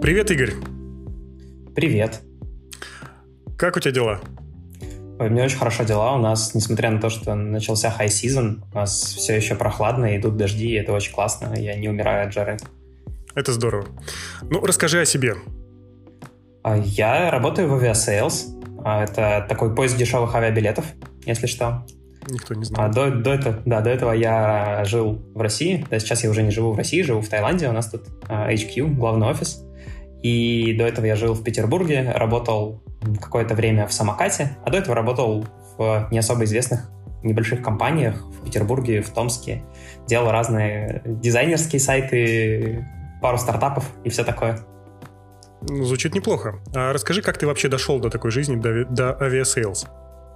Привет, Игорь. Привет. Как у тебя дела? Ой, у меня очень хорошо дела. У нас, несмотря на то, что начался high season, у нас все еще прохладно, идут дожди, и это очень классно. Я не умираю от жары. Это здорово. Ну, расскажи о себе. Я работаю в Aviasales. Это такой поиск дешевых авиабилетов, если что. Никто не знает. До этого я жил в России. Да, сейчас я уже не живу в России, живу в Таиланде. У нас тут HQ, главный офис. И до этого я жил в Петербурге, работал какое-то время в самокате, а до этого работал в не особо известных небольших компаниях в Петербурге, в Томске. Делал разные дизайнерские сайты, пару стартапов и все такое. Ну, звучит неплохо. А расскажи, как ты вообще дошел до такой жизни, до Aviasales?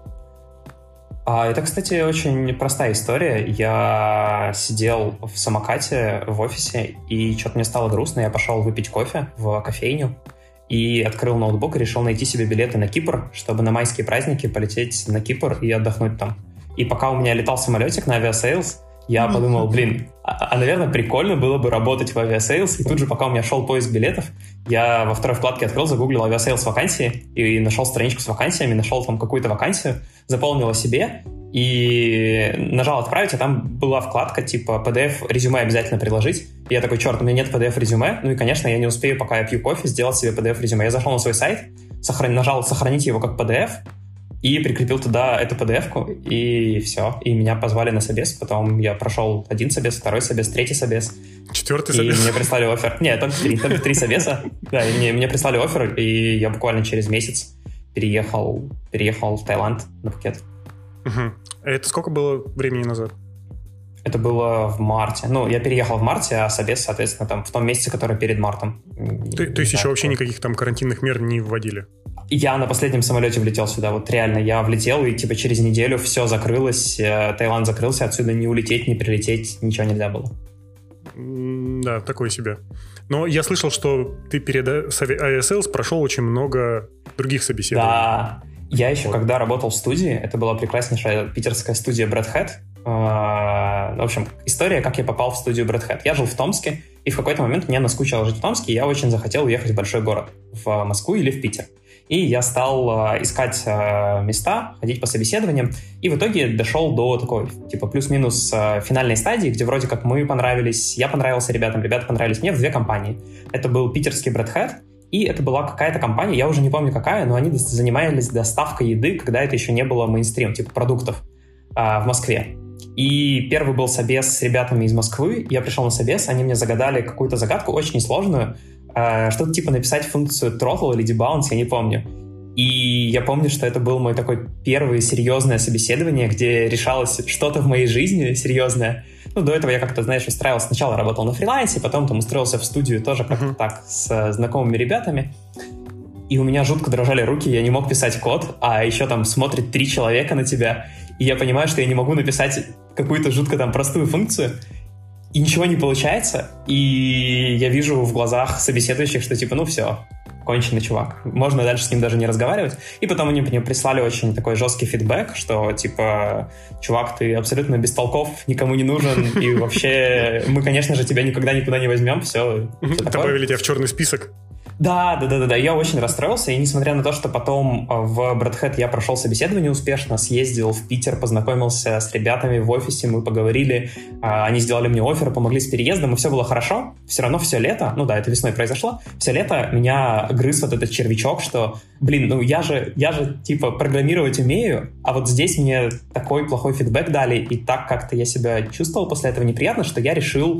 Это, кстати, очень простая история. Я сидел в самокате в офисе, и что-то мне стало грустно. Я пошел выпить кофе в кофейню и открыл ноутбук и решил найти себе билеты на Кипр, чтобы на майские праздники полететь на Кипр и отдохнуть там. И пока у меня летал самолетик на Aviasales, я подумал, наверное, прикольно было бы работать в Aviasales. И тут же, пока у меня шел поиск билетов, я во второй вкладке открыл, загуглил Aviasales вакансии и нашел страничку с вакансиями, нашел там какую-то вакансию, заполнил о себе и нажал «Отправить», а там была вкладка типа PDF-резюме обязательно приложить. И я такой, черт, у меня нет PDF-резюме, ну и, конечно, я не успею, пока я пью кофе, сделать себе PDF-резюме. Я зашел на свой сайт, нажал «Сохранить его как PDF», и прикрепил туда эту PDF-ку, и все. И меня позвали на собес. Потом я прошел один собес, второй собес, третий собес. Четвертый собес? И мне прислали оффер. Нет, только три собеса. Да, и мне прислали оффер, и я буквально через месяц переехал в Таиланд на Пхукет. Угу. А это сколько было времени назад? Это было в марте. Ну, я переехал в марте, а собес, соответственно, там в том месяце, который перед мартом. То есть еще вообще никаких там карантинных мер не вводили? Я на последнем самолете влетел сюда, вот реально, я влетел, и типа через неделю все закрылось, Таиланд закрылся, отсюда не улететь, не прилететь, ничего нельзя было. Да, такое себе. Но я слышал, что ты перед Aviasales прошел очень много других собеседований. Да, я еще когда работал в студии, это была прекраснейшая питерская студия Bred Hat. В общем, история, как я попал в студию Bred Hat. Я жил в Томске, и в какой-то момент мне наскучило жить в Томске, и я очень захотел уехать в большой город, в Москву или в Питер. И я стал искать места, ходить по собеседованиям, и в итоге дошел до такой, типа, плюс-минус финальной стадии, где вроде как мы понравились, я понравился ребятам, ребята понравились мне, в две компании. Это был питерский Bred Hat, и это была какая-то компания, я уже не помню какая, но они занимались доставкой еды, когда это еще не было мейнстрим, типа продуктов в Москве. И первый был собес с ребятами из Москвы, я пришел на собес, они мне загадали какую-то загадку, очень несложную, что-то типа написать функцию throttle или debounce, я не помню. И я помню, что это был мой такой первое серьезное собеседование, где решалось что-то в моей жизни серьезное. Ну, до этого я как-то, знаешь, устраивался. Сначала работал на фрилансе, потом там устроился в студию тоже как-то так с знакомыми ребятами. И у меня жутко дрожали руки, я не мог писать код, а еще там смотрит 3 человека на тебя, и я понимаю, что я не могу написать какую-то жутко там простую функцию, и ничего не получается, и я вижу в глазах собеседующих, что типа, ну все, конченый чувак, можно дальше с ним даже не разговаривать. И потом они мне прислали очень такой жесткий фидбэк, что типа, чувак, ты абсолютно бестолков, никому не нужен, и вообще мы, конечно же, тебя никогда никуда не возьмем, все. Добавили тебя в черный список. Да, я очень расстроился, и несмотря на то, что потом в Bred Hat я прошел собеседование успешно, съездил в Питер, познакомился с ребятами в офисе, мы поговорили, они сделали мне оффер, помогли с переездом, и все было хорошо, все равно все лето, ну да, это весной произошло, все лето меня грыз вот этот червячок, что, ну я же типа программировать умею, а вот здесь мне такой плохой фидбэк дали, и так как-то я себя чувствовал после этого неприятно, что я решил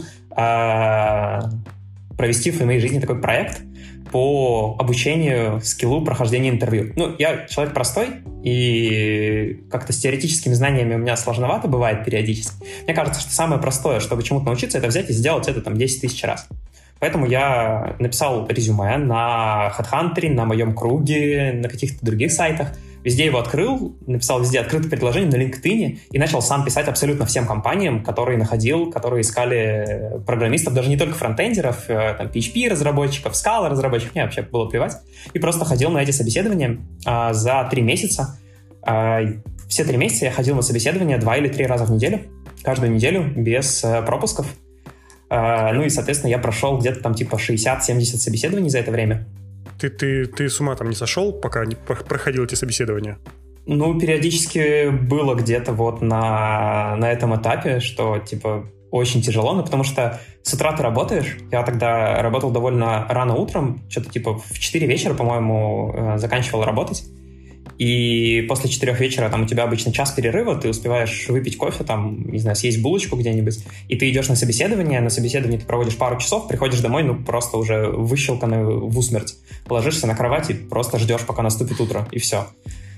провести в моей жизни такой проект по обучению скиллу прохождения интервью. Ну, я человек простой, и как-то с теоретическими знаниями у меня сложновато бывает периодически. Мне кажется, что самое простое, чтобы чему-то научиться, это взять и сделать это там 10 тысяч раз. Поэтому я написал резюме на HeadHunter, на моем круге, на каких-то других сайтах. Везде его открыл, написал везде открытое предложение на LinkedIn и начал сам писать абсолютно всем компаниям, которые находил, которые искали программистов, даже не только фронтендеров, там, PHP-разработчиков, Scala-разработчиков, мне вообще было плевать. И просто ходил на эти собеседования за 3 месяца. Все 3 месяца я ходил на собеседования 2 или 3 раза в неделю, каждую неделю, без пропусков. Ну и, соответственно, я прошел где-то там типа 60-70 собеседований за это время. Ты с ума там не сошел, пока не проходил эти собеседования? Ну, периодически было где-то вот на этом этапе, что типа очень тяжело, ну потому что с утра ты работаешь, я тогда работал довольно рано утром, что-то типа в 4 вечера, по-моему, заканчивал работать. И после 4 вечера там у тебя обычно час перерыва, ты успеваешь выпить кофе, там, не знаю, съесть булочку где-нибудь, и ты идешь на собеседование ты проводишь пару часов, приходишь домой, ну, просто уже выщелканный в усмерть. Ложишься на кровать и просто ждешь, пока наступит утро, и все.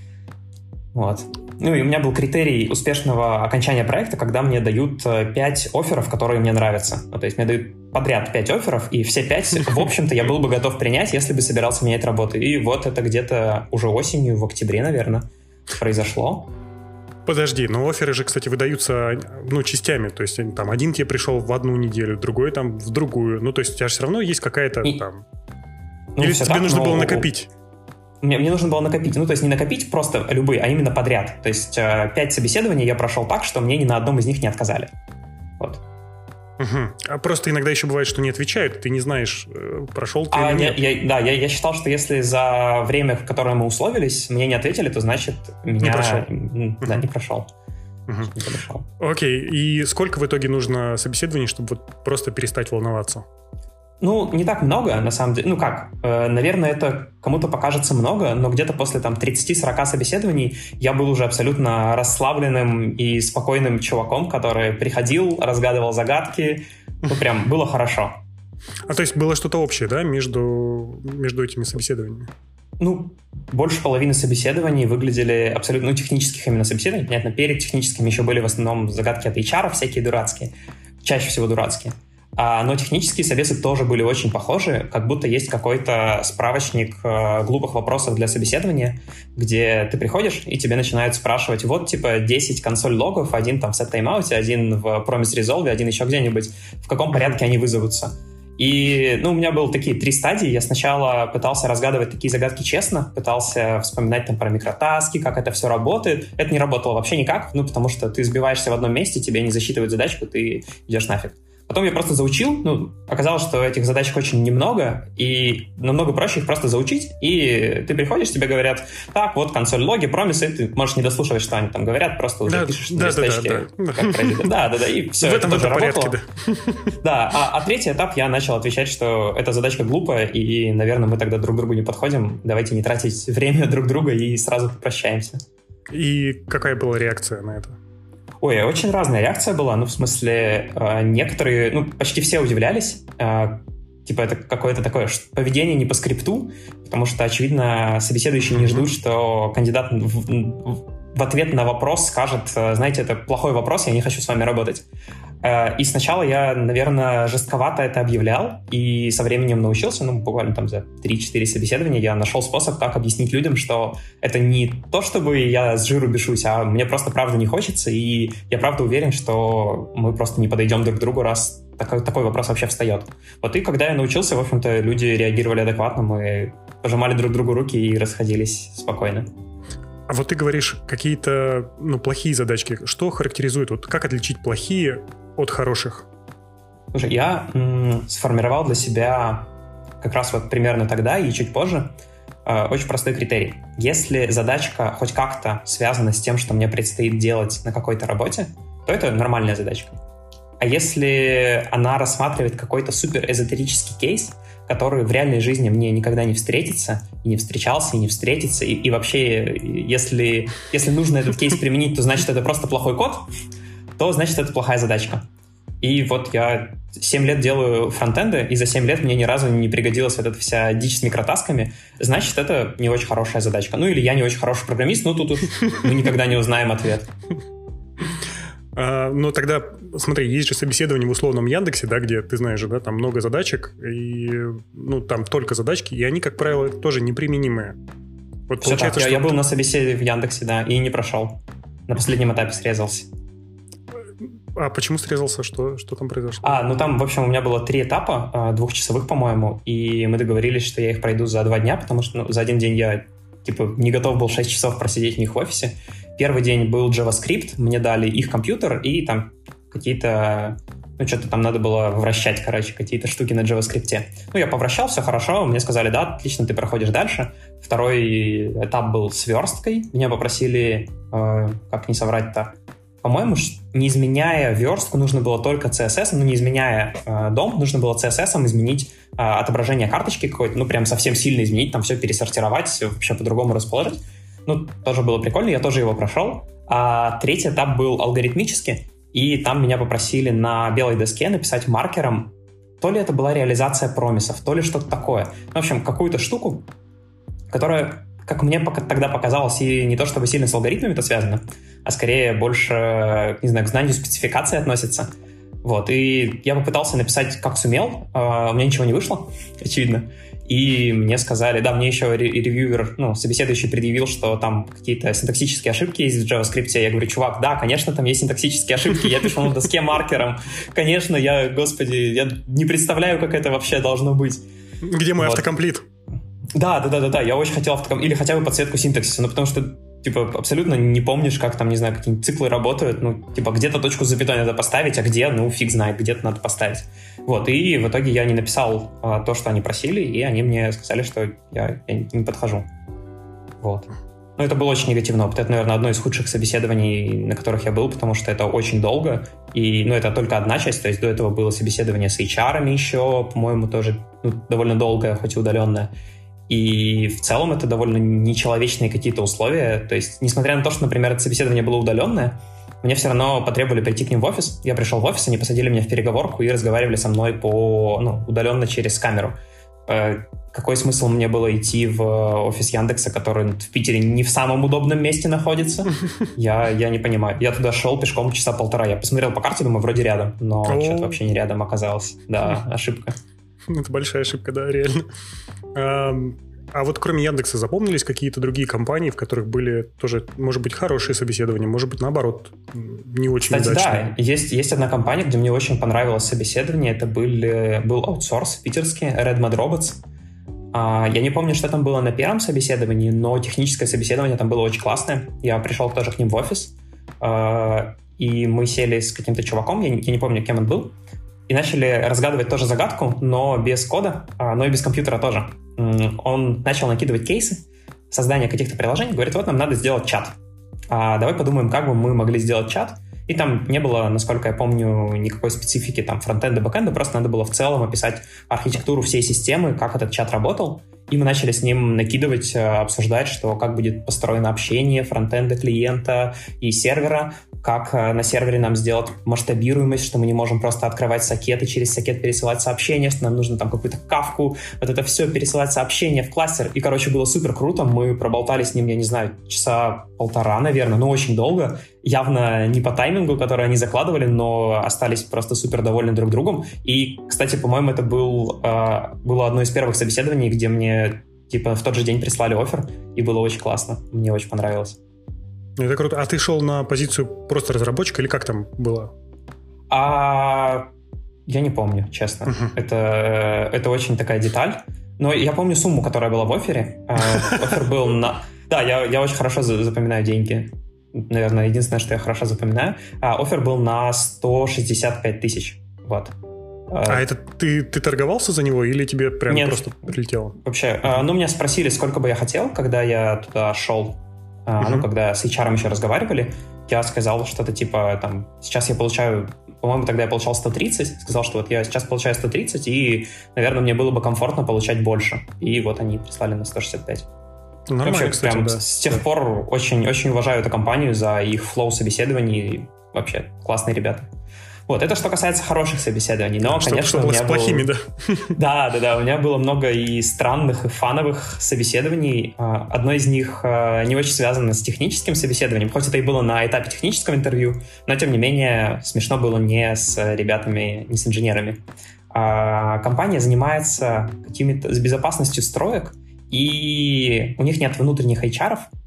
Вот. Ну, и у меня был критерий успешного окончания проекта, когда мне дают 5 офферов, которые мне нравятся. Ну, то есть мне дают подряд 5 офферов, и все 5, в общем-то, я был бы готов принять, если бы собирался менять работу. И вот это где-то уже осенью, в октябре, наверное, произошло. Подожди, но офферы же, кстати, выдаются, ну, частями. То есть там один тебе пришел в одну неделю, другой там в другую. Ну, то есть у тебя же все равно есть какая-то там... Ну, или тебе так, нужно было накопить? Мне нужно было накопить. Ну, то есть не накопить просто любые, а именно подряд. То есть 5 собеседований я прошел так, что мне ни на одном из них не отказали. Вот. Угу. А просто иногда еще бывает, что не отвечают, ты не знаешь, прошел ты или нет. Я считал, что если за время, в которое мы условились, мне не ответили, то значит меня... Не прошел. Да, не прошел. Не прошел. Окей, и сколько в итоге нужно собеседований, чтобы вот просто перестать волноваться? Ну, не так много, на самом деле. Ну как, наверное, это кому-то покажется много, но где-то после там 30-40 собеседований я был уже абсолютно расслабленным и спокойным чуваком, который приходил, разгадывал загадки. Ну, прям было хорошо. А то есть было что-то общее, да, между этими собеседованиями? Ну, больше половины собеседований выглядели абсолютно, ну, технических именно собеседований. Понятно, перед техническими еще были в основном загадки от HR, всякие дурацкие, чаще всего дурацкие. Но технические собесы тоже были очень похожи, как будто есть какой-то справочник глупых вопросов для собеседования, где ты приходишь, и тебе начинают спрашивать, вот, типа, 10 консоль-логов, один там в set-тайм-ауте, один в Promise Resolve, один еще где-нибудь, в каком порядке они вызовутся. И, ну, у меня было такие 3 стадии. Я сначала пытался разгадывать такие загадки честно, пытался вспоминать там про микротаски, как это все работает. Это не работало вообще никак, ну, потому что ты сбиваешься в одном месте, тебе не засчитывают задачку, ты идешь нафиг. Потом я просто заучил, ну, оказалось, что этих задачек очень немного, и намного проще их просто заучить, и ты приходишь, тебе говорят, так, вот консоль-логи, промисы, ты можешь не дослушивать, что они там говорят, просто уже пишешь на листочке, как пройдет. Да, и все, это тоже работало. Да, а 3-й этап я начал отвечать, что эта задачка глупая, и, наверное, мы тогда друг другу не подходим, давайте не тратить время друг друга и сразу прощаемся. И какая была реакция на это? Ой, очень разная реакция была, ну, в смысле, некоторые, ну, почти все удивлялись, типа, это какое-то такое поведение не по скрипту, потому что, очевидно, собеседующие не ждут, что кандидат в ответ на вопрос скажет, знаете, это плохой вопрос, я не хочу с вами работать. И сначала я, наверное, жестковато это объявлял, и со временем научился, ну, буквально там за 3-4 собеседования я нашел способ, как объяснить людям, что это не то, чтобы я с жиру бешусь, а мне просто правда не хочется, и я правда уверен, что мы просто не подойдем друг к другу, раз такой вопрос вообще встает. Вот и когда я научился, в общем-то, люди реагировали адекватно, мы пожимали друг другу руки и расходились спокойно. А вот ты говоришь какие-то, ну, плохие задачки. Что характеризует? Вот как отличить плохие от хороших? Слушай, я сформировал для себя как раз вот примерно тогда и чуть позже очень простой критерий. Если задачка хоть как-то связана с тем, что мне предстоит делать на какой-то работе, то это нормальная задачка. А если она рассматривает какой-то суперэзотерический кейс, который в реальной жизни мне никогда не встретится, и не встречался, и не встретится, и вообще, если нужно этот кейс применить, то значит это просто плохой код, то значит это плохая задачка. И вот я 7 лет делаю фронтенды, и за 7 лет мне ни разу не пригодилась вот эта вся дичь с микротасками, значит это не очень хорошая задачка. Ну или я не очень хороший программист, ну тут уж мы никогда не узнаем ответ. Ну, тогда, смотри, есть же собеседование в условном Яндексе, да, где, ты знаешь же, да, там много задачек, и, ну, там только задачки, и они, как правило, тоже неприменимые. Вот все получается, так, я был на собеседовании в Яндексе, да, и не прошел. На последнем этапе срезался. А почему срезался? Что там произошло? Ну там, в общем, у меня было 3 этапа, 2-часовых, по-моему, и мы договорились, что я их пройду за 2 дня, потому что за один день я, типа, не готов был 6 часов просидеть в них в офисе. Первый день был JavaScript, мне дали их компьютер и там какие-то Ну, что-то там надо было вращать, короче, какие-то штуки на JavaScript. Ну, я повращал, все хорошо, мне сказали, да, отлично, ты проходишь дальше. Второй этап был сверсткой. Меня попросили, как не соврать-то, по-моему, не изменяя верстку, нужно было только CSS, но не изменяя дом, нужно было CSS изменить отображение карточки какой-то, ну, прям совсем сильно изменить, там все пересортировать, вообще по-другому расположить. Ну, тоже было прикольно, я тоже его прошел. А третий этап был алгоритмический, и там меня попросили на белой доске написать маркером, то ли это была реализация промисов, то ли что-то такое. В общем, какую-то штуку, которая, как мне тогда показалось, и не то чтобы сильно с алгоритмами-то связано, а скорее больше, не знаю, к знанию спецификации относится. Вот, и я попытался написать как сумел, у меня ничего не вышло, очевидно. И мне сказали, да, мне еще ревьюер, ну, собеседующий предъявил, что там какие-то синтаксические ошибки есть в JavaScript. Я говорю, чувак, да, конечно, там есть синтаксические ошибки. Я пишу на доске маркером. Конечно, я не представляю, как это вообще должно быть. Где мой автокомплит? Да, я очень хотел автокомплит, или хотя бы подсветку синтаксиса, ну, потому что типа, абсолютно не помнишь, как там, не знаю, какие-нибудь циклы работают, ну, типа, где-то точку с запятой надо поставить, а где, ну, фиг знает, где-то надо поставить. Вот, и в итоге я не написал то, что они просили, и они мне сказали, что я не подхожу. Вот. Ну, это был очень негативный опыт. Это, наверное, одно из худших собеседований, на которых я был, потому что это очень долго, и, ну, это только одна часть, то есть до этого было собеседование с HR-ами еще, по-моему, тоже довольно долгое, хоть и удаленное. И в целом это довольно нечеловечные какие-то условия. То есть, несмотря на то, что, например, это собеседование было удаленное, мне все равно потребовали прийти к ним в офис. Я пришел в офис, они посадили меня в переговорку и разговаривали со мной удаленно через камеру. Какой смысл мне было идти в офис Яндекса, который в Питере не в самом удобном месте находится? Я не понимаю. Я туда шел пешком часа полтора. Я посмотрел по карте, думаю, вроде рядом, но что-то вообще не рядом оказалось. Да, ошибка. Это большая ошибка, да, реально. А вот кроме Яндекса запомнились какие-то другие компании, в которых были тоже, может быть, хорошие собеседования, может быть, наоборот, не очень удачные? Кстати, да, есть одна компания, где мне очень понравилось собеседование. Это был аутсорс питерский, Red Mad Robots. Я не помню, что там было на первом собеседовании, но техническое собеседование там было очень классное. Я пришел тоже к ним в офис, и мы сели с каким-то чуваком, я не помню, кем он был, и начали разгадывать тоже загадку, но без кода, но и без компьютера тоже. Он начал накидывать кейсы создания каких-то приложений, говорит, вот нам надо сделать чат. Давай подумаем, как бы мы могли сделать чат. И там не было, насколько я помню, никакой специфики там фронтенда, бэкенда, просто надо было в целом описать архитектуру всей системы, как этот чат работал. И мы начали с ним накидывать, обсуждать, что как будет построено общение фронтенда клиента и сервера, как на сервере нам сделать масштабируемость, что мы не можем просто открывать сокет и через сокет пересылать сообщения, что нам нужно там какую-то кавку, вот это все пересылать сообщения в кластер. И, короче, было супер круто. Мы проболтали с ним, я не знаю, часа полтора, наверное, но очень долго. Явно не по таймингу, который они закладывали, но остались просто супер довольны друг другом. И, кстати, по-моему, это было одно из первых собеседований, где мне типа в тот же день прислали оффер, и было очень классно. Мне очень понравилось. Это круто. А ты шел на позицию просто разработчика или как там было? Я не помню, честно. Это очень такая деталь. Но я помню сумму, которая была в оффере. Оффер был на... Да, я очень хорошо запоминаю деньги. Наверное, единственное, что я хорошо запоминаю. Оффер был на 165 тысяч. Вот. А это ты торговался за него или тебе прям просто прилетело? Вообще, меня спросили, сколько бы я хотел, когда я туда шел. Когда с HR еще разговаривали, я сказал что-то типа, там, сейчас я получаю, по-моему, тогда я получал 130, сказал, что вот я сейчас получаю 130, и, наверное, мне было бы комфортно получать больше. И вот они прислали на 165. Нормально, вообще, кстати, прям да. С тех пор очень уважаю эту компанию за их флоу собеседований. Вообще, классные ребята. Вот, это что касается хороших собеседований. Но, конечно, у меня с плохими, да? Да, у меня было много и странных, и фановых собеседований. Одно из них не очень связано с техническим собеседованием, хоть это и было на этапе технического интервью, но, тем не менее, смешно было не с ребятами, не с инженерами. Компания занимается с безопасностью строек, и у них нет внутренних HR-ов,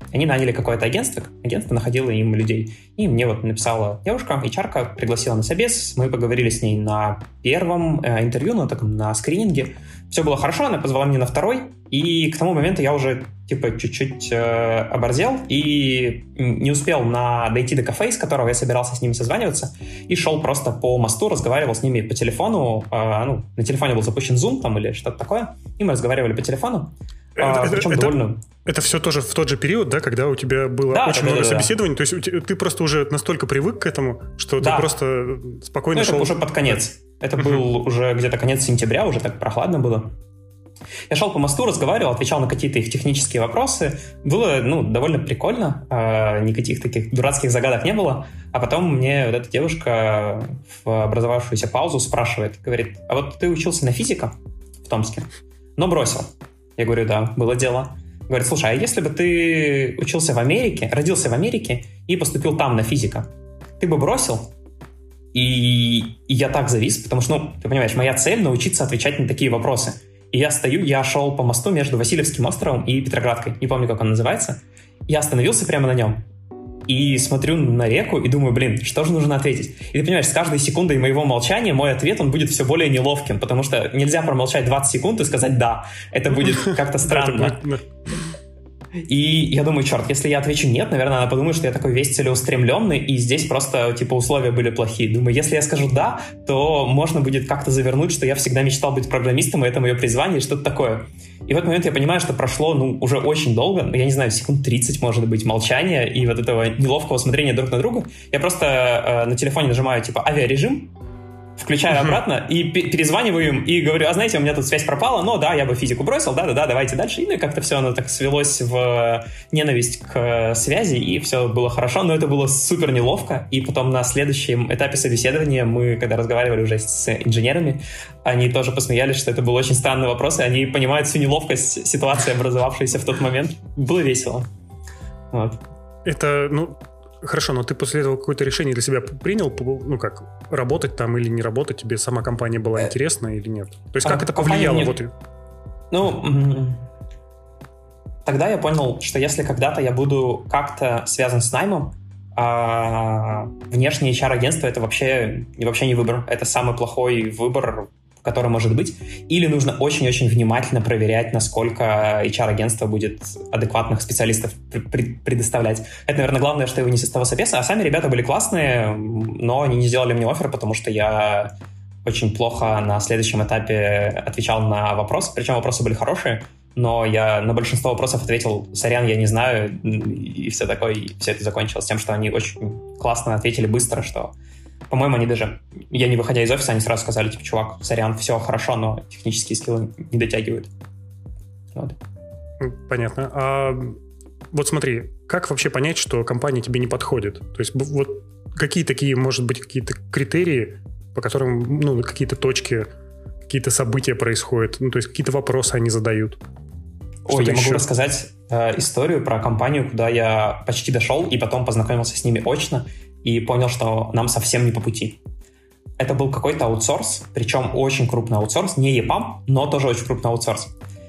Они наняли какое-то агентство находило им людей. И мне вот написала девушка, HR-ка, пригласила на собес, мы поговорили с ней на первом интервью, на скрининге. Все было хорошо, она позвала меня на второй, и к тому моменту я уже чуть-чуть оборзел и не успел дойти до кафе, из которого я собирался с ними созваниваться, и шел просто по мосту, разговаривал с ними по телефону. На телефоне был запущен Zoom там или что-то такое, и мы разговаривали по телефону. Это все тоже в тот же период, да, когда у тебя было очень много собеседований? То есть ты просто уже настолько привык к этому, что ты просто спокойно шел... Это уже под конец. Это был уже где-то конец сентября, уже так прохладно было. Я шел по мосту, разговаривал, отвечал на какие-то их технические вопросы. Было, довольно прикольно. Никаких таких дурацких загадок не было. А потом мне вот эта девушка в образовавшуюся паузу спрашивает, говорит, а вот ты учился на физика в Томске, но бросил. Я говорю, да, было дело. Говорит, слушай, а если бы ты учился в Америке, родился в Америке и поступил там на физика, ты бы бросил? И я так завис, потому что, ты понимаешь, моя цель — научиться отвечать на такие вопросы. И я шел по мосту между Васильевским островом и Петроградкой, не помню, как он называется. Я остановился прямо на нем и смотрю на реку и думаю, что же нужно ответить? И ты понимаешь, с каждой секундой моего молчания мой ответ, он будет все более неловким, потому что нельзя промолчать 20 секунд и сказать «да». Это будет как-то странно. И я думаю, черт, если я отвечу «нет», наверное, она подумает, что я такой весь целеустремленный, и здесь просто, условия были плохие. Думаю, если я скажу «да», то можно будет как-то завернуть, что я всегда мечтал быть программистом, и это мое призвание, и что-то такое. И в этот момент я понимаю, что прошло, уже очень долго, я не знаю, секунд 30, может быть, молчания и вот этого неловкого смотрения друг на друга. Я просто на телефоне нажимаю, авиарежим, включаю обратно и перезваниваю им и говорю, а знаете, у меня тут связь пропала, но да, я бы физику бросил, да, давайте дальше. И как-то все оно так свелось в ненависть к связи, и все было хорошо, но это было супер неловко. И потом на следующем этапе собеседования мы, когда разговаривали уже с инженерами, они тоже посмеялись, что это был очень странный вопрос, и они понимают всю неловкость ситуации, образовавшейся в тот момент. Было весело. Вот. Это, хорошо, но ты после этого какое-то решение для себя принял, работать там или не работать? Тебе сама компания была интересна или нет? То есть как это повлияло? Тогда я понял, что если когда-то я буду как-то связан с наймом, внешнее HR-агентство — это вообще не выбор. Это самый плохой выбор, который может быть. Или нужно очень-очень внимательно проверять, насколько HR-агентство будет адекватных специалистов предоставлять. Это, наверное, главное, что я вынес из того собеса. А сами ребята были классные, но они не сделали мне оффер, потому что я очень плохо на следующем этапе отвечал на вопросы. Причем вопросы были хорошие, но я на большинство вопросов ответил «сорян, я не знаю», и все такое. И все это закончилось тем, что они очень классно ответили быстро, что... По-моему, они даже, я не выходя из офиса, они сразу сказали, чувак, сорян, все хорошо, но технические скиллы не дотягивают. Вот. Понятно. А вот смотри, как вообще понять, что компания тебе не подходит? То есть вот какие такие, может быть, какие-то критерии, по которым, какие-то точки, какие-то события происходят, то есть какие-то вопросы они задают? Я могу рассказать историю про компанию, куда я почти дошел, и потом познакомился с ними очно, и понял, что нам совсем не по пути. Это был какой-то аутсорс, причем очень крупный аутсорс, не EPAM, но тоже очень крупный аутсорс.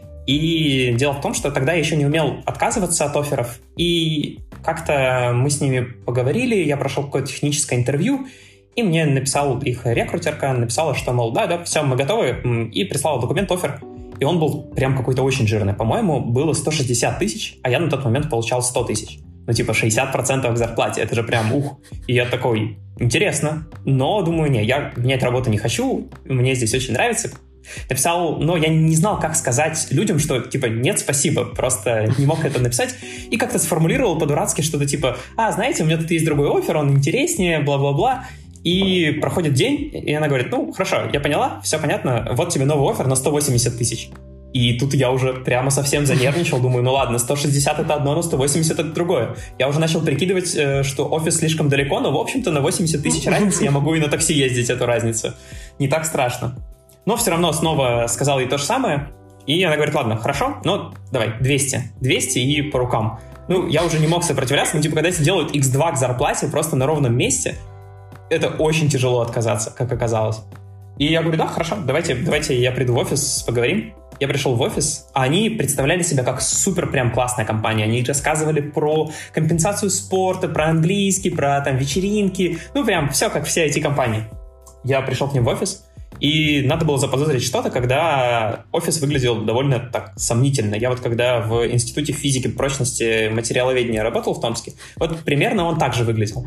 И дело в том, что тогда я еще не умел отказываться от офферов, и как-то мы с ними поговорили, я прошел какое-то техническое интервью, и мне написал их рекрутерка, написала, что, мол, да, все, мы готовы, и прислала документ оффер. И он был прям какой-то очень жирный. По-моему, было 160 тысяч, а я на тот момент получал 100 тысяч. 60% к зарплате, это же прям ух. И я такой, интересно, но думаю, я менять работу не хочу, мне здесь очень нравится. Написал, но я не знал, как сказать людям, что, нет, спасибо, просто не мог это написать. И как-то сформулировал по-дурацки что-то знаете, у меня тут есть другой оффер, он интереснее, бла-бла-бла. И проходит день, и она говорит, хорошо, я поняла, все понятно, вот тебе новый оффер на 180 тысяч. И тут я уже прямо совсем занервничал, думаю, ладно, 160 это одно, но 180 это другое. Я уже начал прикидывать, что офис слишком далеко, но, в общем-то, на 80 тысяч разницы я могу и на такси ездить, эту разницу. Не так страшно. Но все равно снова сказал ей то же самое, и она говорит, ладно, хорошо, давай, 200 и по рукам. Я уже не мог сопротивляться, когда тебе делают x2 к зарплате просто на ровном месте, это очень тяжело отказаться, как оказалось. И я говорю, да, хорошо, давайте я приду в офис, поговорим. я пришел в офис, а они представляли себя как супер прям классная компания. Они рассказывали про компенсацию спорта, про английский, про там вечеринки. Ну, прям все как все IT-компании. Я пришел к ним в офис, и надо было заподозрить что-то, когда офис выглядел довольно так сомнительно. Я вот когда в Институте физики прочности материаловедения работал в Томске, вот примерно он так же выглядел.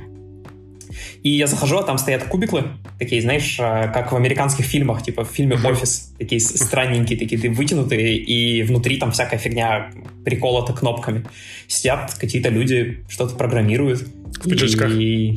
И я захожу, а там стоят кубиклы, такие, знаешь, как в американских фильмах, типа в фильме «Офис», такие странненькие, такие вытянутые, и внутри там всякая фигня приколота кнопками. Сидят какие-то люди, что-то программируют. В пиджачках?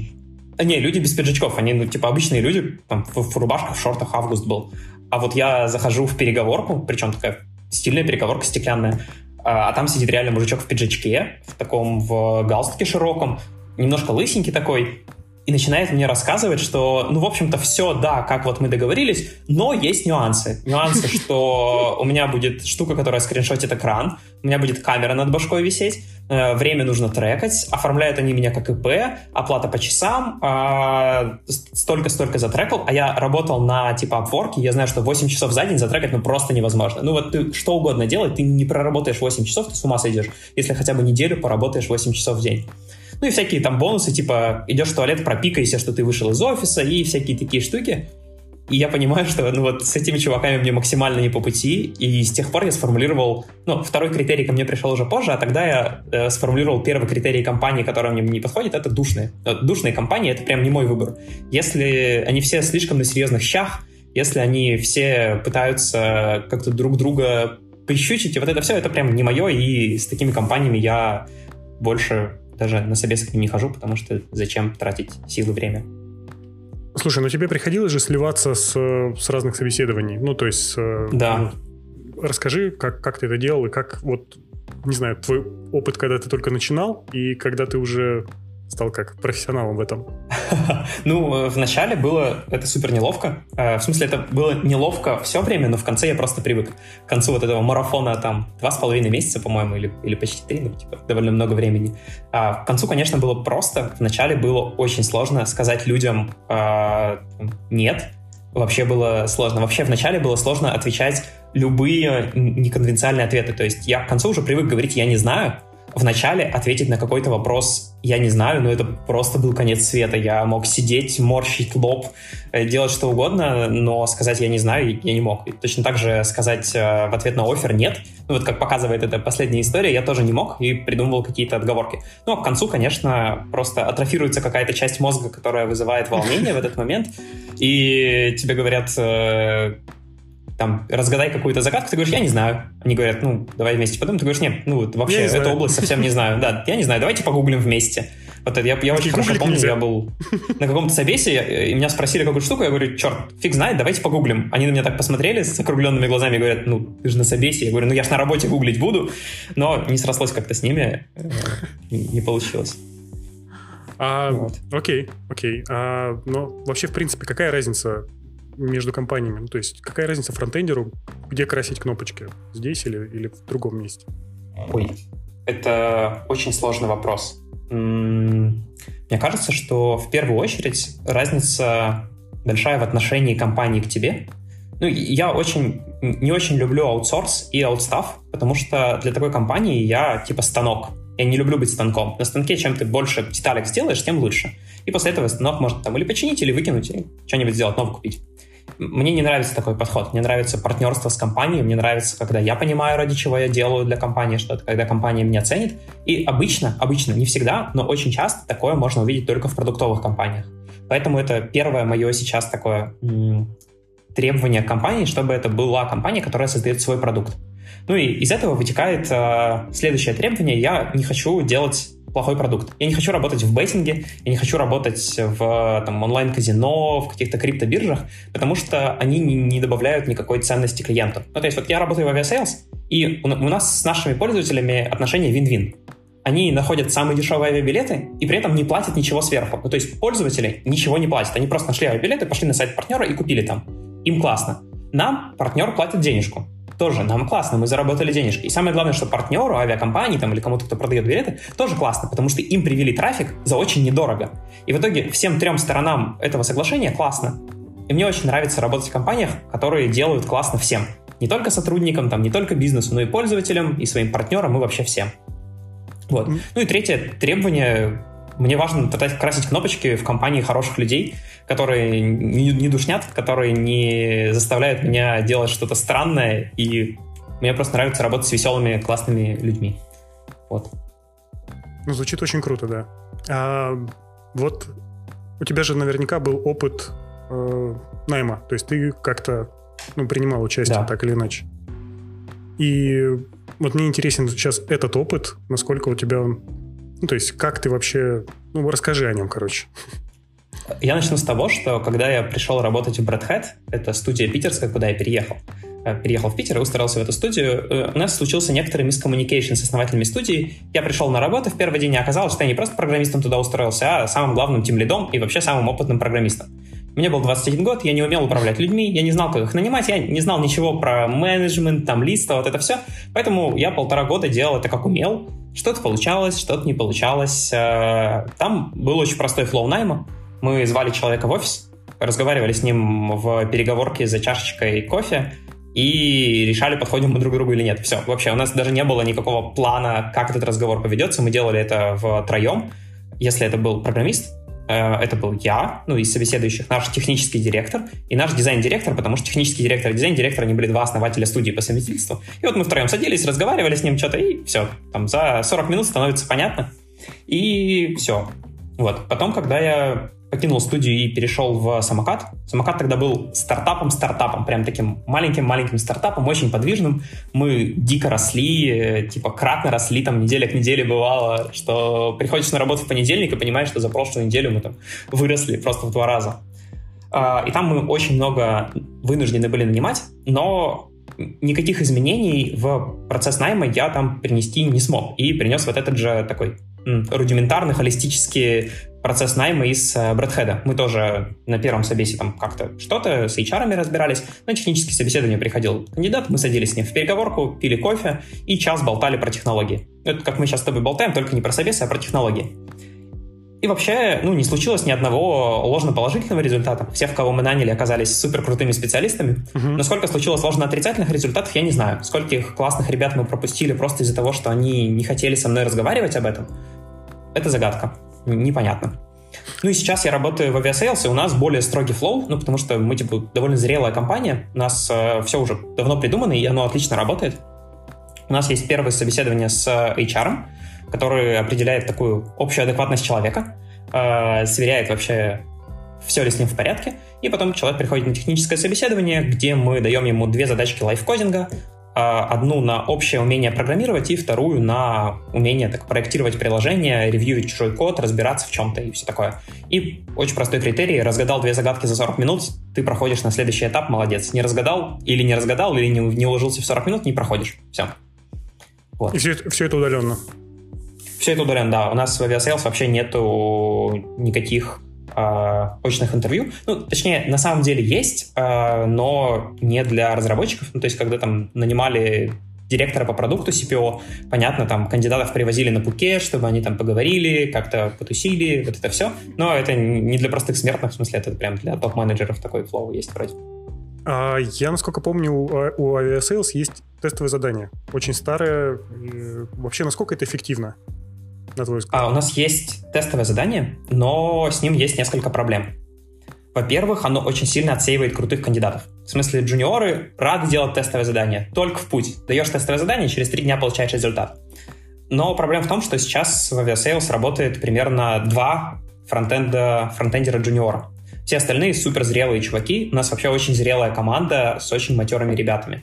Не, люди без пиджачков, они, ну, типа, обычные люди, там, в рубашках, в шортах, август был. А вот я захожу в переговорку, причем такая стильная переговорка, стеклянная, а там сидит реально мужичок в пиджачке, в галстуке широком, немножко лысенький такой, и начинает мне рассказывать, что, ну, в общем-то, все, да, как вот мы договорились, но есть нюансы. Нюансы, что у меня будет штука, которая скриншотит экран, у меня будет камера над башкой висеть, время нужно трекать, оформляют они меня как ИП, оплата по часам, столько-столько затрекал, а я работал на, типа, Upwork, я знаю, что 8 часов за день затрекать, ну, просто невозможно. Ну, вот ты что угодно делай, ты не проработаешь 8 часов, ты с ума сойдешь, если хотя бы неделю поработаешь 8 часов в день. Ну и всякие там бонусы, типа идешь в туалет, пропикайся, что ты вышел из офиса, и всякие такие штуки. И я понимаю, что ну вот с этими чуваками мне максимально не по пути, и с тех пор я сформулировал, ну, второй критерий ко мне пришел уже позже, а тогда я сформулировал первый критерий компании, которая мне не подходит, это душные. Душные компании — это прям не мой выбор. Если они все слишком на серьезных щах, если они все пытаются как-то друг друга прищучить, и вот это все, это прям не мое, и с такими компаниями я больше даже на собес к ним не хожу, потому что зачем тратить силы и время. Слушай, ну тебе приходилось же сливаться с разных собеседований? Ну, то есть... Да. Расскажи, как ты это делал, и как, вот, не знаю, твой опыт, когда ты только начинал, и когда ты уже стал как профессионалом в этом? Ну, вначале было это супер неловко. В смысле, это было неловко все время, но в конце я просто привык. К концу вот этого марафона там 2,5 месяца, по-моему, или почти 3, ну, типа, довольно много времени. К концу, конечно, было просто. Вначале было очень сложно сказать людям «нет». Вообще было сложно. Вообще вначале было сложно отвечать любые неконвенциальные ответы. То есть я к концу уже привык говорить «я не знаю». Вначале ответить на какой-то вопрос я не знаю, но это просто был конец света. Я мог сидеть, морщить лоб, делать что угодно, но сказать я не знаю я не мог. И точно так же сказать в ответ на оффер нет. Ну вот как показывает эта последняя история, я тоже не мог и придумывал какие-то отговорки. Ну а к концу, конечно, просто атрофируется какая-то часть мозга, которая вызывает волнение в этот момент, и тебе говорят... там, разгадай какую-то загадку, ты говоришь, я не знаю. Они говорят, ну, давай вместе подумаем. Ты говоришь, нет, ну, вообще, эту область совсем не знаю. Да, я не знаю, давайте погуглим вместе. Вот это, я очень хорошо помню, я был на каком-то собесе, и меня спросили какую-то штуку, я говорю, черт, фиг знает, давайте погуглим. Они на меня так посмотрели с округленными глазами и говорят, ну, ты же на собесе. Я говорю, ну, я ж на работе гуглить буду. Но не срослось как-то с ними, не получилось. Окей. Но вообще, в принципе, какая разница между компаниями? Ну, то есть, какая разница фронтендеру, где красить кнопочки? Здесь или в другом месте? Ой, это очень сложный вопрос. Мне кажется, что в первую очередь разница большая в отношении компании к тебе. Ну, я не очень люблю аутсорс и аутстафф, потому что для такой компании я типа станок. Я не люблю быть станком. На станке чем ты больше деталек сделаешь, тем лучше. И после этого станок может там или починить, или выкинуть, или что-нибудь сделать, новый купить. Мне не нравится такой подход. Мне нравится партнерство с компанией. Мне нравится, когда я понимаю, ради чего я делаю для компании что-то, когда компания меня ценит. И обычно, не всегда, но очень часто такое можно увидеть только в продуктовых компаниях. Поэтому это первое мое сейчас такое требование компании, чтобы это была компания, которая создает свой продукт. Ну и из этого вытекает следующее требование. Я не хочу делать плохой продукт. Я не хочу работать в беттинге, я не хочу работать в там, онлайн-казино, в каких-то криптобиржах, потому что они не добавляют никакой ценности клиенту. Ну, то есть вот я работаю в авиасейлс, и у нас с нашими пользователями отношения вин-вин. Они находят самые дешевые авиабилеты и при этом не платят ничего сверху. Ну, то есть пользователи ничего не платят. Они просто нашли авиабилеты, пошли на сайт партнера и купили там. Им классно. Нам партнер платит денежку. Тоже нам классно, мы заработали денежки. И самое главное, что партнеру, авиакомпании там, или кому-то, кто продает билеты, тоже классно, потому что им привели трафик за очень недорого. И в итоге всем трем сторонам этого соглашения классно. И мне очень нравится работать в компаниях, которые делают классно всем. не только сотрудникам, там, не только бизнесу, но и пользователям, и своим партнерам, и вообще всем. Вот. Ну и третье требование. Мне важно красить кнопочки в компании хороших людей, которые не душнят, которые не заставляют меня делать что-то странное, и мне просто нравится работать с веселыми, классными людьми. Вот. Ну, звучит очень круто, да. Вот у тебя же наверняка был опыт найма, то есть ты как-то принимал участие, так или иначе. И вот мне интересен сейчас этот опыт, насколько у тебя он... Ну, то есть как ты вообще... Ну, расскажи о нем, короче. Я начну с того, что когда я пришел работать в Red Hat, это студия питерская, куда я переехал в Питер и устроился в эту студию, у нас случился некоторый мискоммуникейшн с основателями студии. Я пришел на работу в первый день, и оказалось, что я не просто программистом туда устроился, а самым главным тимлидом и вообще самым опытным программистом. Мне был 21 год, я не умел управлять людьми, я не знал, как их нанимать, я не знал ничего про менеджмент, там, листа, вот это все. Поэтому я 1,5 года делал это как умел. Что-то получалось, что-то не получалось. Там был очень простой флоу найма. Мы звали человека в офис, разговаривали с ним в переговорке за чашечкой кофе и решали, подходим мы друг к другу или нет. Все, вообще у нас даже не было никакого плана, как этот разговор поведется. Мы делали это втроем. Если это был программист, это был я, из собеседующих, наш технический директор и наш дизайн-директор, потому что технический директор и дизайн-директор, они были 2 основателя студии по совместительству. И вот мы втроем садились, разговаривали с ним что-то, и все. Там за 40 минут становится понятно. И все. Вот. Потом, когда я покинул студию и перешел в Самокат. Самокат тогда был стартапом, прям таким маленьким стартапом, очень подвижным. Мы дико росли, кратно росли, там неделя к неделе бывало, что приходишь на работу в понедельник и понимаешь, что за прошлую неделю мы там выросли просто в 2 раза. И там мы очень много вынуждены были нанимать, но никаких изменений в процесс найма я там принести не смог. И принес вот этот же такой рудиментарный, холистический процесс найма из Red Hat. Мы тоже на первом собесе там как-то что-то с HR-ами разбирались. На технические собеседования приходил кандидат, мы садились с ним в переговорку, пили кофе и час болтали про технологии. Это как мы сейчас с тобой болтаем, только не про собесы, а про технологии. И вообще, не случилось ни одного ложноположительного результата. Все, в кого мы наняли, оказались суперкрутыми специалистами. Но сколько случилось ложноотрицательных результатов, я не знаю. Скольких классных ребят мы пропустили просто из-за того, что они не хотели со мной разговаривать об этом. Это загадка. Непонятно. И сейчас я работаю в авиасейлс, и у нас более строгий флоу, потому что мы, довольно зрелая компания. У нас все уже давно придумано, и оно отлично работает. У нас есть первое собеседование с HR, который определяет такую общую адекватность человека, сверяет вообще, все ли с ним в порядке, и потом человек приходит на техническое собеседование, где мы даем ему 2 задачки лайфкодинга, одну на общее умение программировать и вторую на умение проектировать приложение, ревьюить чужой код, разбираться в чем-то и все такое. И очень простой критерий: разгадал 2 загадки за 40 минут, ты проходишь на следующий этап, молодец. Не разгадал, или не уложился в 40 минут, не проходишь. Все. Вот. И все это удаленно? Все это удаленно, да. У нас в авиасейлс вообще нету никаких очных интервью. Точнее, на самом деле есть, но не для разработчиков. То есть, когда там нанимали директора по продукту CPO, понятно, там кандидатов привозили на Пукет, чтобы они там поговорили, как-то потусили, вот это все. Но это не для простых смертных, в смысле, это прям для топ-менеджеров такой флоу есть вроде. Я, насколько помню, у авиасейлс есть тестовое задание. Очень старое. Вообще, насколько это эффективно, на твой взгляд? У нас есть тестовое задание, но с ним есть несколько проблем. Во-первых, оно очень сильно отсеивает крутых кандидатов. В смысле, джуниоры рады делать тестовое задание. Только в путь. Даешь тестовое задание, через 3 дня получаешь результат. Но проблема в том, что сейчас в авиасейлс работает примерно 2 фронтендера джуниора. Все остальные суперзрелые чуваки. У нас вообще очень зрелая команда с очень матерыми ребятами.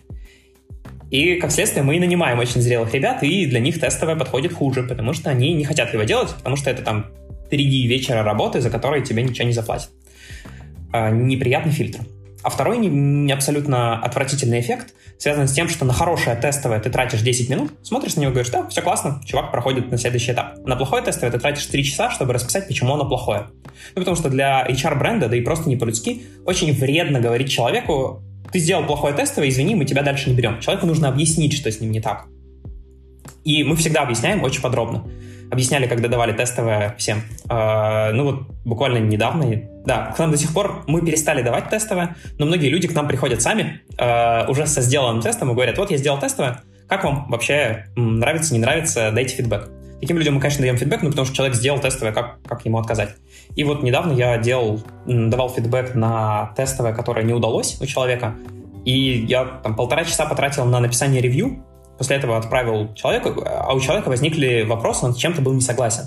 И, как следствие, мы и нанимаем очень зрелых ребят, и для них тестовое подходит хуже, потому что они не хотят его делать, потому что это там 3 вечера работы, за которые тебе ничего не заплатят. Неприятный фильтр. А второй абсолютно отвратительный эффект связан с тем, что на хорошее тестовое ты тратишь 10 минут, смотришь на него и говоришь: да, все классно, чувак проходит на следующий этап. На плохое тестовое ты тратишь 3 часа, чтобы расписать, почему оно плохое. Потому что для HR-бренда, да и просто не по-людски, очень вредно говорить человеку: ты сделал плохое тестовое, извини, мы тебя дальше не берем. Человеку нужно объяснить, что с ним не так. И мы всегда объясняем очень подробно. объясняли, когда давали тестовое всем. Ну вот буквально недавно, да, к нам до сих пор мы перестали давать тестовое, но многие люди к нам приходят сами уже со сделанным тестом и говорят, вот я сделал тестовое, как вам вообще нравится, не нравится, дайте фидбэк. Таким людям мы, конечно, даем фидбэк, но потому что человек сделал тестовое, как ему отказать. И вот недавно я давал фидбэк на тестовое, которое не удалось у человека, и я там 1,5 часа потратил на написание ревью, после этого отправил человеку, а у человека возникли вопросы, он с чем-то был не согласен.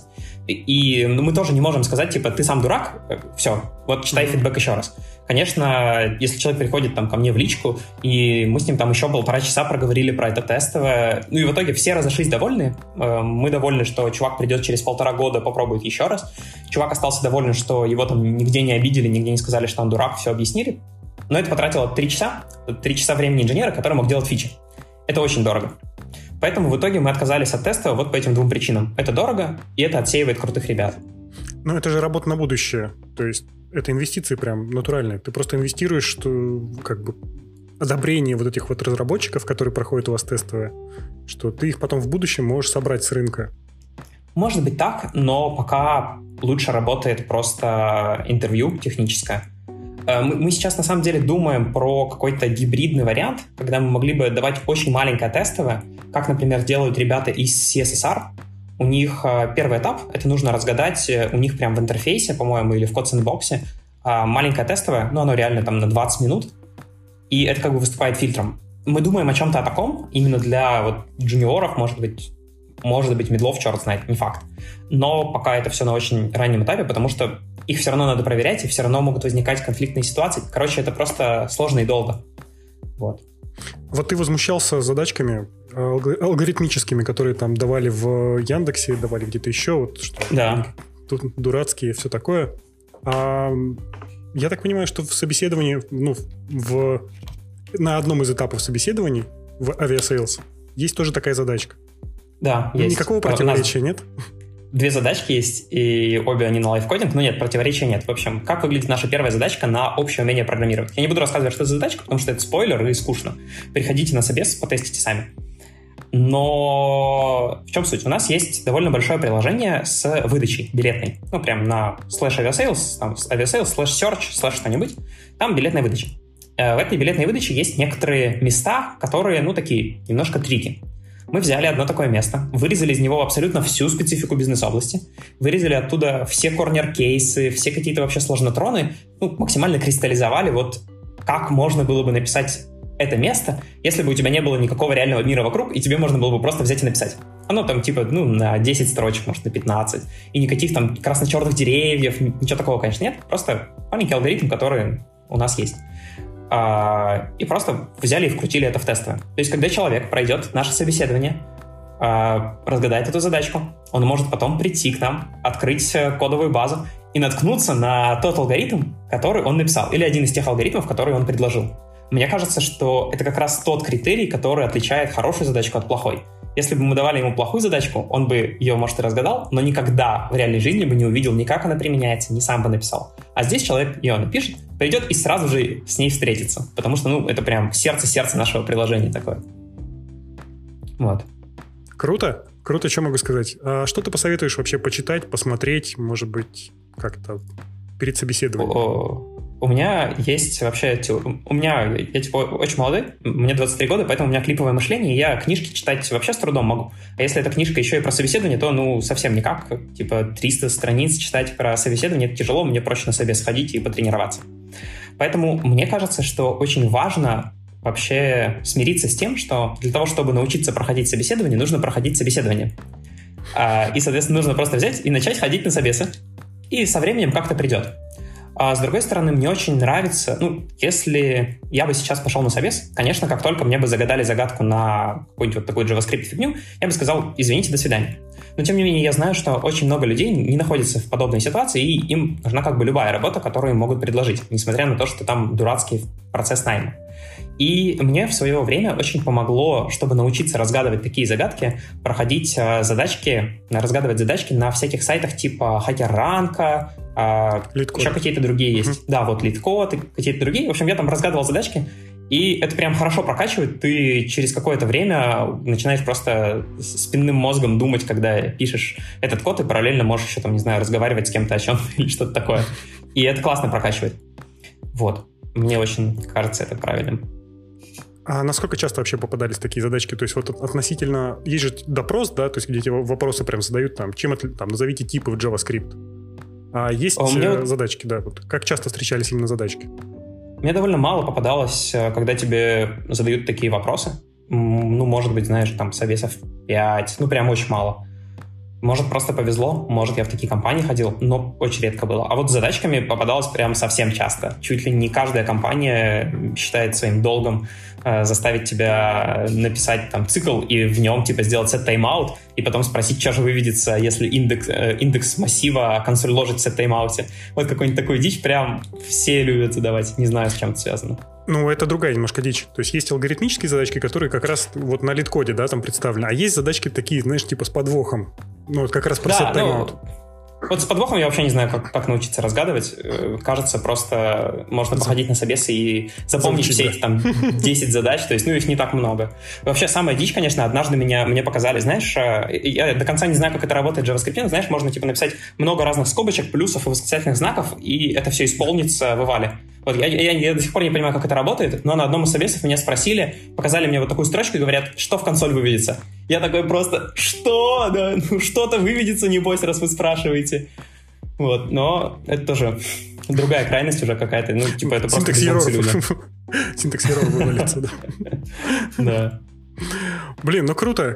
И мы тоже не можем сказать, типа, ты сам дурак, все, вот читай фидбэк еще раз. Конечно, если человек приходит там ко мне в личку, и мы с ним там еще 1,5 часа проговорили про это тестовое, ну и в итоге все разошлись довольны. Мы довольны, что чувак придет через 1,5 года, попробует еще раз. Чувак остался доволен, что его там нигде не обидели, нигде не сказали, что он дурак, все объяснили. Но это потратило 3 часа времени инженера, который мог делать фичи. Это очень дорого. Поэтому в итоге мы отказались от теста вот по этим 2 причинам. Это дорого, и это отсеивает крутых ребят. Ну, это же работа на будущее. То есть это инвестиции прям натуральные. Ты просто инвестируешь, что как бы одобрение вот этих вот разработчиков, которые проходят у вас тестовые, что ты их потом в будущем можешь собрать с рынка. Может быть так, но пока лучше работает просто интервью техническое. Мы сейчас на самом деле думаем про какой-то гибридный вариант, когда мы могли бы давать очень маленькое тестовое, как, например, делают ребята из CSSR. У них первый этап — это нужно разгадать у них прям в интерфейсе, по-моему, или в код-сэндбоксе маленькое тестовое, ну, оно реально там на 20 минут, и это как бы выступает фильтром. Мы думаем о чем-то таком, именно для вот джуниоров, может быть, мидлов, черт знает, не факт. Но пока это все на очень раннем этапе, потому что их все равно надо проверять, и все равно могут возникать конфликтные ситуации. Короче, это просто сложно и долго. Вот. Вот ты возмущался задачками алгоритмическими, которые там давали в Яндексе, давали где-то еще, вот что да. Тут дурацкие, все такое. Я так понимаю, что в собеседовании, ну, на одном из этапов собеседований в авиасейлс есть тоже такая задачка. Да, есть. Никакого противоречия нет? 2 задачки есть, и обе они на лайфкодинг, но нет, противоречия нет. В общем, как выглядит наша первая задачка на общее умение программировать? Я не буду рассказывать, что это за задачка, потому что это спойлер и скучно. Приходите на собес, потестите сами. Но в чем суть? У нас есть довольно большое приложение с выдачей билетной. Ну, прям на /aviasales, там aviasales, /search, /что-нибудь. Там билетная выдача. В этой билетной выдаче есть некоторые места, которые, ну, такие, немножко трики. Мы взяли одно такое место, вырезали из него абсолютно всю специфику бизнес-области, вырезали оттуда все корнер-кейсы, все какие-то вообще сложнотроны, ну, максимально кристаллизовали, вот как можно было бы написать это место, если бы у тебя не было никакого реального мира вокруг, и тебе можно было бы просто взять и написать. Оно там типа, ну, на 10 строчек, может, на 15. И никаких там красно-черных деревьев, ничего такого, конечно, нет. Просто маленький алгоритм, который у нас есть. И просто взяли и вкрутили это в тестовое. То есть, когда человек пройдет наше собеседование, разгадает эту задачку, он может потом прийти к нам, открыть кодовую базу и наткнуться на тот алгоритм, который он написал, или один из тех алгоритмов, которые он предложил. Мне кажется, что это как раз тот критерий, который отличает хорошую задачку от плохой. Если бы мы давали ему плохую задачку, он бы ее, может, и разгадал, но никогда в реальной жизни бы не увидел ни как она применяется, ни сам бы написал. А здесь человек ее напишет, придет и сразу же с ней встретится. Потому что, ну, это прям сердце нашего приложения такое. Вот. Круто. Круто, что могу сказать. А что ты посоветуешь вообще почитать, посмотреть, может быть, как-то перед собеседованием? У меня есть вообще... Я типа очень молодой, мне 23 года, поэтому у меня клиповое мышление, и я книжки читать вообще с трудом могу. А если эта книжка еще и про собеседование, то, ну, совсем никак. Типа 300 страниц читать про собеседование — это тяжело, мне проще на собес сходить и потренироваться. Поэтому мне кажется, что очень важно вообще смириться с тем, что для того, чтобы научиться проходить собеседование, нужно проходить собеседование. И, соответственно, нужно просто взять и начать ходить на собесы, и со временем как-то придет. А с другой стороны, мне очень нравится, ну, если я бы сейчас пошел на собес, конечно, как только мне бы загадали загадку на какую-нибудь вот такую JavaScript-фигню, я бы сказал: извините, до свидания. Но, тем не менее, я знаю, что очень много людей не находятся в подобной ситуации, и им нужна как бы любая работа, которую им могут предложить, несмотря на то, что там дурацкий процесс найма. И мне в свое время очень помогло, чтобы научиться разгадывать такие загадки, проходить разгадывать задачки на всяких сайтах типа HackerRank, еще какие-то другие есть. Да, вот LeetCode и какие-то другие. В общем, я там разгадывал задачки, И это прям хорошо прокачивает. Ты через какое-то время начинаешь просто спинным мозгом думать, когда пишешь этот код, и параллельно можешь еще, там, не знаю, разговаривать с кем-то о чем-то или что-то такое. И это классно прокачивает. Вот. Мне очень кажется это правильным. А насколько часто вообще попадались такие задачки? То есть вот относительно... Есть же допрос, да, то есть где тебе вопросы прям задают, там, чем это, там, назовите типы в JavaScript. А есть задачки, да, вот как часто встречались именно задачки? Мне довольно мало попадалось, когда тебе задают такие вопросы. Ну, может быть, знаешь, там, собесов 5, ну, прям очень мало. Может, просто повезло, может, я в такие компании ходил, но очень редко было. А вот с задачками попадалось прям совсем часто. Чуть ли не каждая компания считает своим долгом заставить тебя написать там цикл и в нем типа сделать set timeout и потом спросить, что же выведется, если индекс массива консоль ложит в set timeout. Вот какой-нибудь такой дичь прям все любят задавать. Не знаю, с чем это связано. Ну, это другая немножко дичь. То есть есть алгоритмические задачки, которые как раз вот на лид-коде, да, там представлены. А есть задачки такие, знаешь, типа с подвохом. Ну, вот как раз про set timeout. Вот с подвохом я вообще не знаю, как научиться разгадывать. Кажется, просто можно походить на собесы и запомнить все эти там 10 задач, то есть, ну, их не так много. Вообще, самая дичь, конечно, однажды мне показали, знаешь, я до конца не знаю, как это работает в JavaScript, но, знаешь, можно, типа, написать много разных скобочек, плюсов и восклицательных знаков, и это все исполнится в Ивале. Вот, я до сих пор не понимаю, как это работает, но на одном из собесов меня спросили, показали мне вот такую строчку и говорят, что в консоль выведется. Я такой просто, что? Да, ну, что-то выведется, небось, раз вы спрашиваете. Вот, но это тоже другая крайность уже какая-то. Ну, типа, это просто безумцы люди. Синтекс-ерор вывалится, да. Да. Блин, ну круто.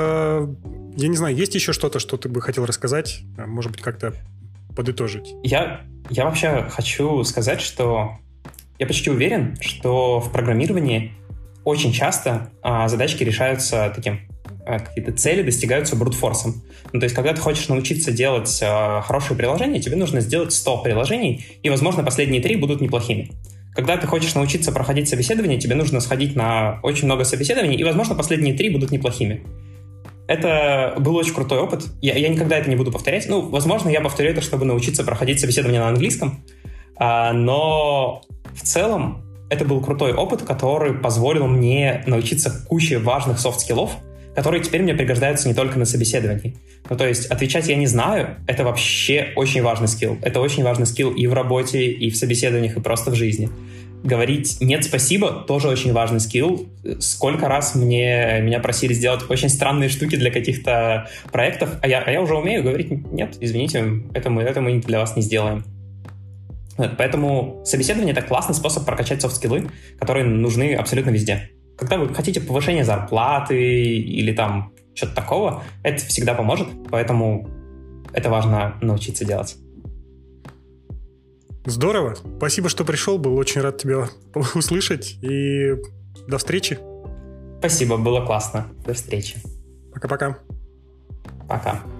Я не знаю, есть еще что-то, что ты бы хотел рассказать? Может быть, как-то подытожить? Я вообще хочу сказать, что я почти уверен, что в программировании очень часто задачки решаются таким, какие-то цели достигаются брутфорсом. Ну, то есть, когда ты хочешь научиться делать хорошие приложения, тебе нужно сделать 100 приложений, и, возможно, последние 3 будут неплохими. Когда ты хочешь научиться проходить собеседование, тебе нужно сходить на очень много собеседований, и, возможно, последние 3 будут неплохими. Это был очень крутой опыт. Я никогда это не буду повторять. Ну, возможно, я повторю это, чтобы научиться проходить собеседование на английском. Но в целом это был крутой опыт, который позволил мне научиться куче важных софт-скиллов, которые теперь мне пригождаются не только на собеседовании. Ну, то есть отвечать «я не знаю» — это вообще очень важный скилл. Это очень важный скилл и в работе, и в собеседованиях, и просто в жизни. Говорить «нет, спасибо» — тоже очень важный скилл. Сколько раз меня просили сделать очень странные штуки для каких-то проектов, а я уже умею говорить «нет, извините, это мы для вас не сделаем». Вот, поэтому собеседование — это классный способ прокачать софт-скиллы, которые нужны абсолютно везде. Когда вы хотите повышения зарплаты или там что-то такого, это всегда поможет, поэтому это важно научиться делать. Здорово. Спасибо, что пришел. Был очень рад тебя услышать. И до встречи. Спасибо, было классно. До встречи. Пока-пока. Пока.